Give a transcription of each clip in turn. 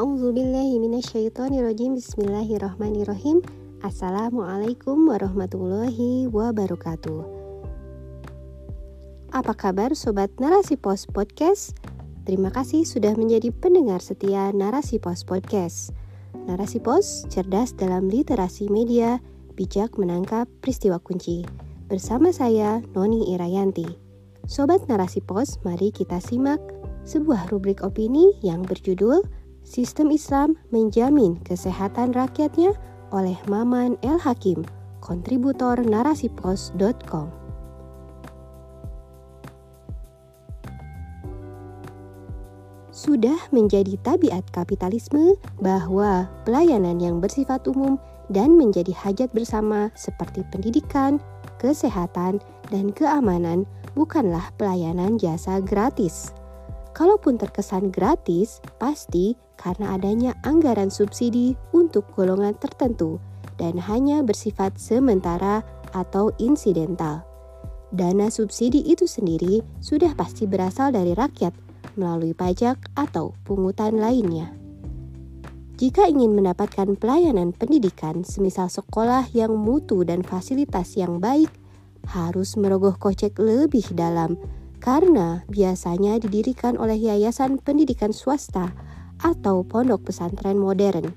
A'udzubillahi minasyaitonirrajim. Bismillahirrahmanirrahim. Assalamualaikum warahmatullahi wabarakatuh. Apa kabar Sobat Narasi Pos Podcast? Terima kasih sudah menjadi pendengar setia Narasi Pos Podcast. Narasi Pos, cerdas dalam literasi media, bijak menangkap peristiwa kunci. Bersama saya, Noni Irayanti. Sobat Narasi Pos, mari kita simak sebuah rubrik opini yang berjudul Sistem Islam Menjamin Kesehatan Rakyatnya oleh Maman El Hakim, kontributor narasipos.com. Sudah menjadi tabiat kapitalisme bahwa pelayanan yang bersifat umum dan menjadi hajat bersama seperti pendidikan, kesehatan, dan keamanan bukanlah pelayanan jasa gratis. Kalaupun terkesan gratis, pasti karena adanya anggaran subsidi untuk golongan tertentu dan hanya bersifat sementara atau insidental. Dana subsidi itu sendiri sudah pasti berasal dari rakyat melalui pajak atau pungutan lainnya. Jika ingin mendapatkan pelayanan pendidikan semisal sekolah yang mutu dan fasilitas yang baik, harus merogoh kocek lebih dalam karena biasanya didirikan oleh yayasan pendidikan swasta atau pondok pesantren modern.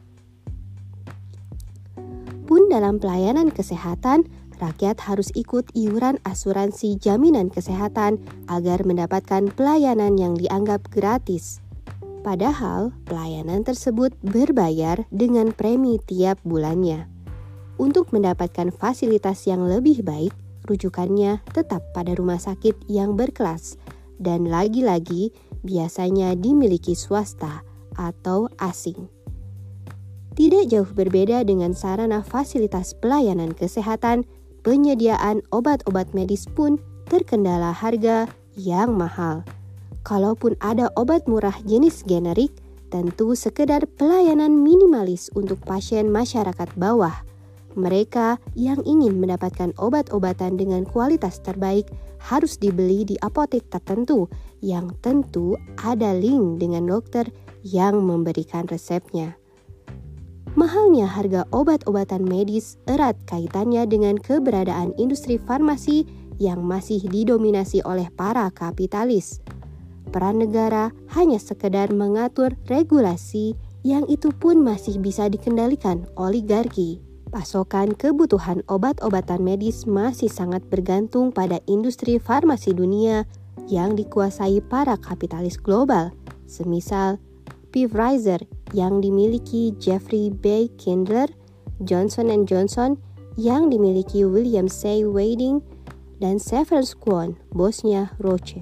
Pun dalam pelayanan kesehatan, rakyat harus ikut iuran asuransi jaminan kesehatan agar mendapatkan pelayanan yang dianggap gratis. Padahal pelayanan tersebut berbayar dengan premi tiap bulannya. Untuk mendapatkan fasilitas yang lebih baik, rujukannya tetap pada rumah sakit yang berkelas dan lagi-lagi biasanya dimiliki swasta atau asing. Tidak jauh berbeda dengan sarana fasilitas pelayanan kesehatan, penyediaan obat-obat medis pun terkendala harga yang mahal. Kalaupun ada obat murah jenis generik, tentu sekedar pelayanan minimalis untuk pasien masyarakat bawah. Mereka yang ingin mendapatkan obat-obatan dengan kualitas terbaik harus dibeli di apotek tertentu yang tentu ada link dengan dokter yang memberikan resepnya. Mahalnya harga obat-obatan medis erat kaitannya dengan keberadaan industri farmasi yang masih didominasi oleh para kapitalis. Peran negara hanya sekedar mengatur regulasi yang itu pun masih bisa dikendalikan oligarki. Pasokan kebutuhan obat-obatan medis masih sangat bergantung pada industri farmasi dunia yang dikuasai para kapitalis global, semisal Pfizer yang dimiliki Jeffrey B. Kindler, Johnson & Johnson yang dimiliki William C. Wading, dan Severance Kwon, bosnya Roche.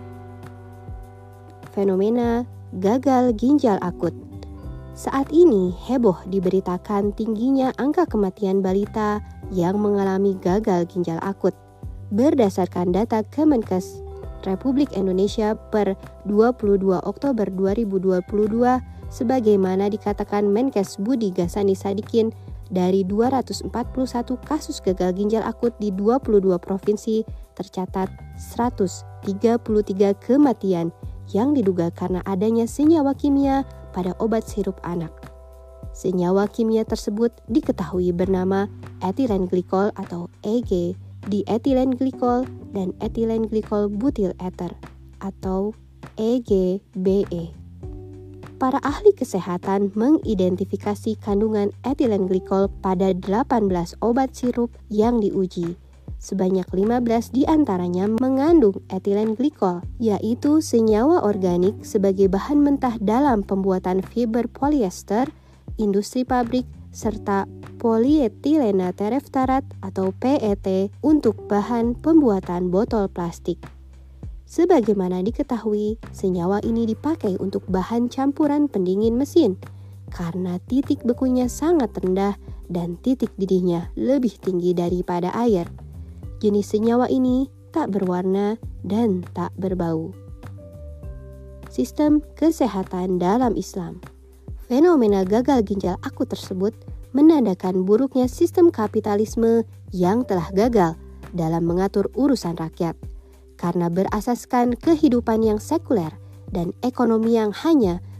Fenomena gagal ginjal akut. Saat ini heboh diberitakan tingginya angka kematian balita yang mengalami gagal ginjal akut. Berdasarkan data Kemenkes Republik Indonesia per 22 Oktober 2022, sebagaimana dikatakan Menkes Budi Ghazani Sadikin, dari 241 kasus gagal ginjal akut di 22 provinsi tercatat 133 kematian yang diduga karena adanya senyawa kimia pada obat sirup anak. Senyawa kimia tersebut diketahui bernama ethylene glycol atau EG, diethylene glycol dan ethylene glycol butyl ether atau EGBE. Para ahli kesehatan mengidentifikasi kandungan ethylene glycol pada 18 obat sirup yang diuji. Sebanyak 15 diantaranya mengandung ethylene glycol, yaitu senyawa organik sebagai bahan mentah dalam pembuatan fiber polyester, industri pabrik, serta polietilena tereftarat atau PET untuk bahan pembuatan botol plastik. Sebagaimana diketahui, senyawa ini dipakai untuk bahan campuran pendingin mesin, karena titik bekunya sangat rendah dan titik didihnya lebih tinggi daripada air. Jenis senyawa ini tak berwarna dan tak berbau. Sistem kesehatan dalam Islam. Fenomena gagal ginjal akut tersebut menandakan buruknya sistem kapitalisme yang telah gagal dalam mengatur urusan rakyat, karena berasaskan kehidupan yang sekuler dan ekonomi yang hanya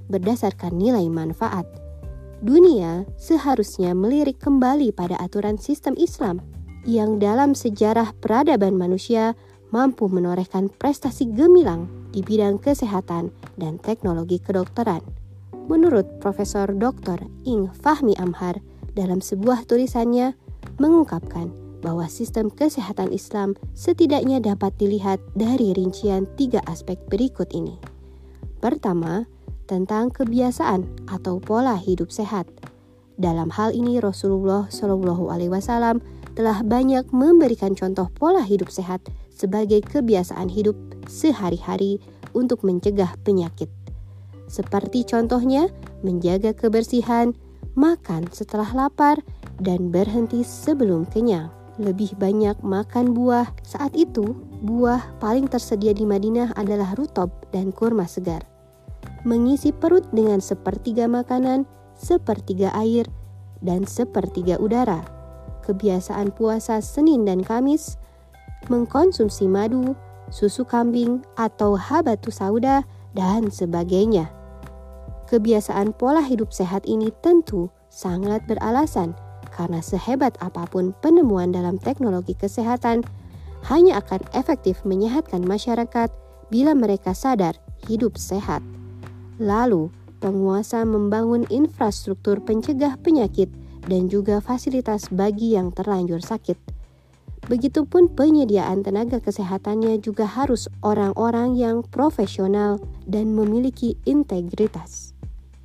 berdasarkan nilai manfaat. Dunia seharusnya melirik kembali pada aturan sistem Islam yang dalam sejarah peradaban manusia mampu menorehkan prestasi gemilang di bidang kesehatan dan teknologi kedokteran. Menurut Profesor Dr. Ing Fahmi Amhar dalam sebuah tulisannya mengungkapkan bahwa sistem kesehatan Islam setidaknya dapat dilihat dari rincian 3 aspek berikut ini. Pertama, tentang kebiasaan atau pola hidup sehat. Dalam hal ini Rasulullah SAW telah banyak memberikan contoh pola hidup sehat sebagai kebiasaan hidup sehari-hari untuk mencegah penyakit. Seperti contohnya menjaga kebersihan, makan setelah lapar, dan berhenti sebelum kenyang. Lebih banyak makan buah. Saat itu, buah paling tersedia di Madinah adalah rutob dan kurma segar. Mengisi perut dengan 1/3 makanan, 1/3 air, dan 1/3 udara. Kebiasaan puasa Senin dan Kamis, mengkonsumsi madu, susu kambing atau habatus sauda, dan sebagainya. Kebiasaan pola hidup sehat ini tentu sangat beralasan karena sehebat apapun penemuan dalam teknologi kesehatan, hanya akan efektif menyehatkan masyarakat bila mereka sadar hidup sehat. Lalu, penguasa membangun infrastruktur pencegah penyakit dan juga fasilitas bagi yang terlanjur sakit. Begitupun penyediaan tenaga kesehatannya juga harus orang-orang yang profesional dan memiliki integritas.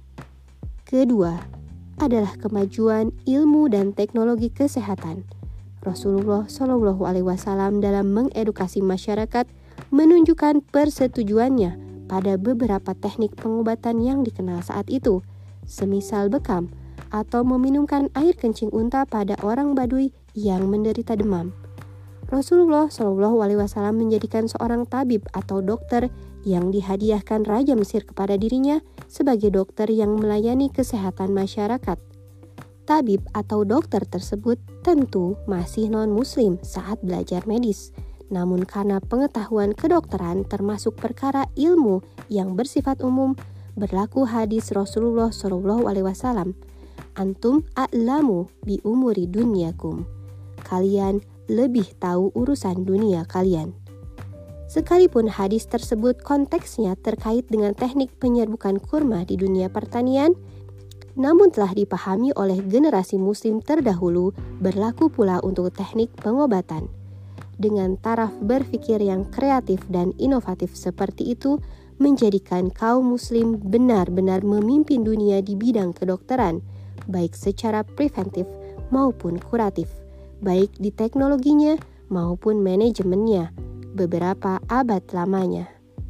Kedua, adalah kemajuan ilmu dan teknologi kesehatan. Rasulullah SAW dalam mengedukasi masyarakat menunjukkan persetujuannya pada beberapa teknik pengobatan yang dikenal saat itu, semisal bekam atau meminumkan air kencing unta pada orang Baduy yang menderita demam. Rasulullah SAW menjadikan seorang tabib atau dokter yang dihadiahkan Raja Mesir kepada dirinya sebagai dokter yang melayani kesehatan masyarakat. Tabib atau dokter tersebut tentu masih non-muslim saat belajar medis. Namun karena pengetahuan kedokteran termasuk perkara ilmu yang bersifat umum, berlaku hadis Rasulullah SAW, "Antum a'lamu bi umuri dunyakum." Kalian lebih tahu urusan dunia kalian. Sekalipun hadis tersebut konteksnya terkait dengan teknik penyerbukan kurma di dunia pertanian, namun telah dipahami oleh generasi muslim terdahulu berlaku pula untuk teknik pengobatan. Dengan taraf berpikir yang kreatif dan inovatif seperti itu, menjadikan kaum muslim benar-benar memimpin dunia di bidang kedokteran, baik secara preventif maupun kuratif, baik di teknologinya maupun manajemennya, beberapa abad lamanya.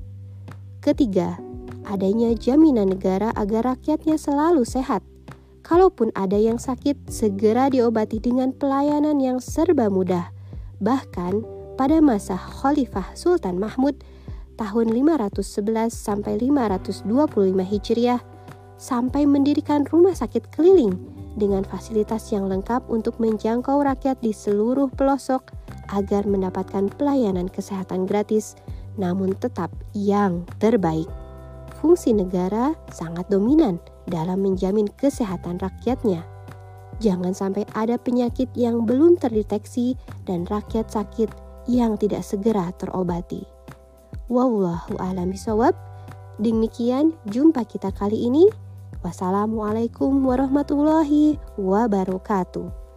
Ketiga, adanya jaminan negara agar rakyatnya selalu sehat. Kalaupun ada yang sakit, segera diobati dengan pelayanan yang serba mudah. Bahkan pada masa Khalifah Sultan Mahmud tahun 511 sampai 525 Hijriah sampai mendirikan rumah sakit keliling dengan fasilitas yang lengkap untuk menjangkau rakyat di seluruh pelosok agar mendapatkan pelayanan kesehatan gratis namun tetap yang terbaik. Fungsi negara sangat dominan dalam menjamin kesehatan rakyatnya. Jangan sampai ada penyakit yang belum terdeteksi dan rakyat sakit yang tidak segera terobati. Wallahu a'lam bishawab. Demikian jumpa kita kali ini. Wassalamualaikum warahmatullahi wabarakatuh.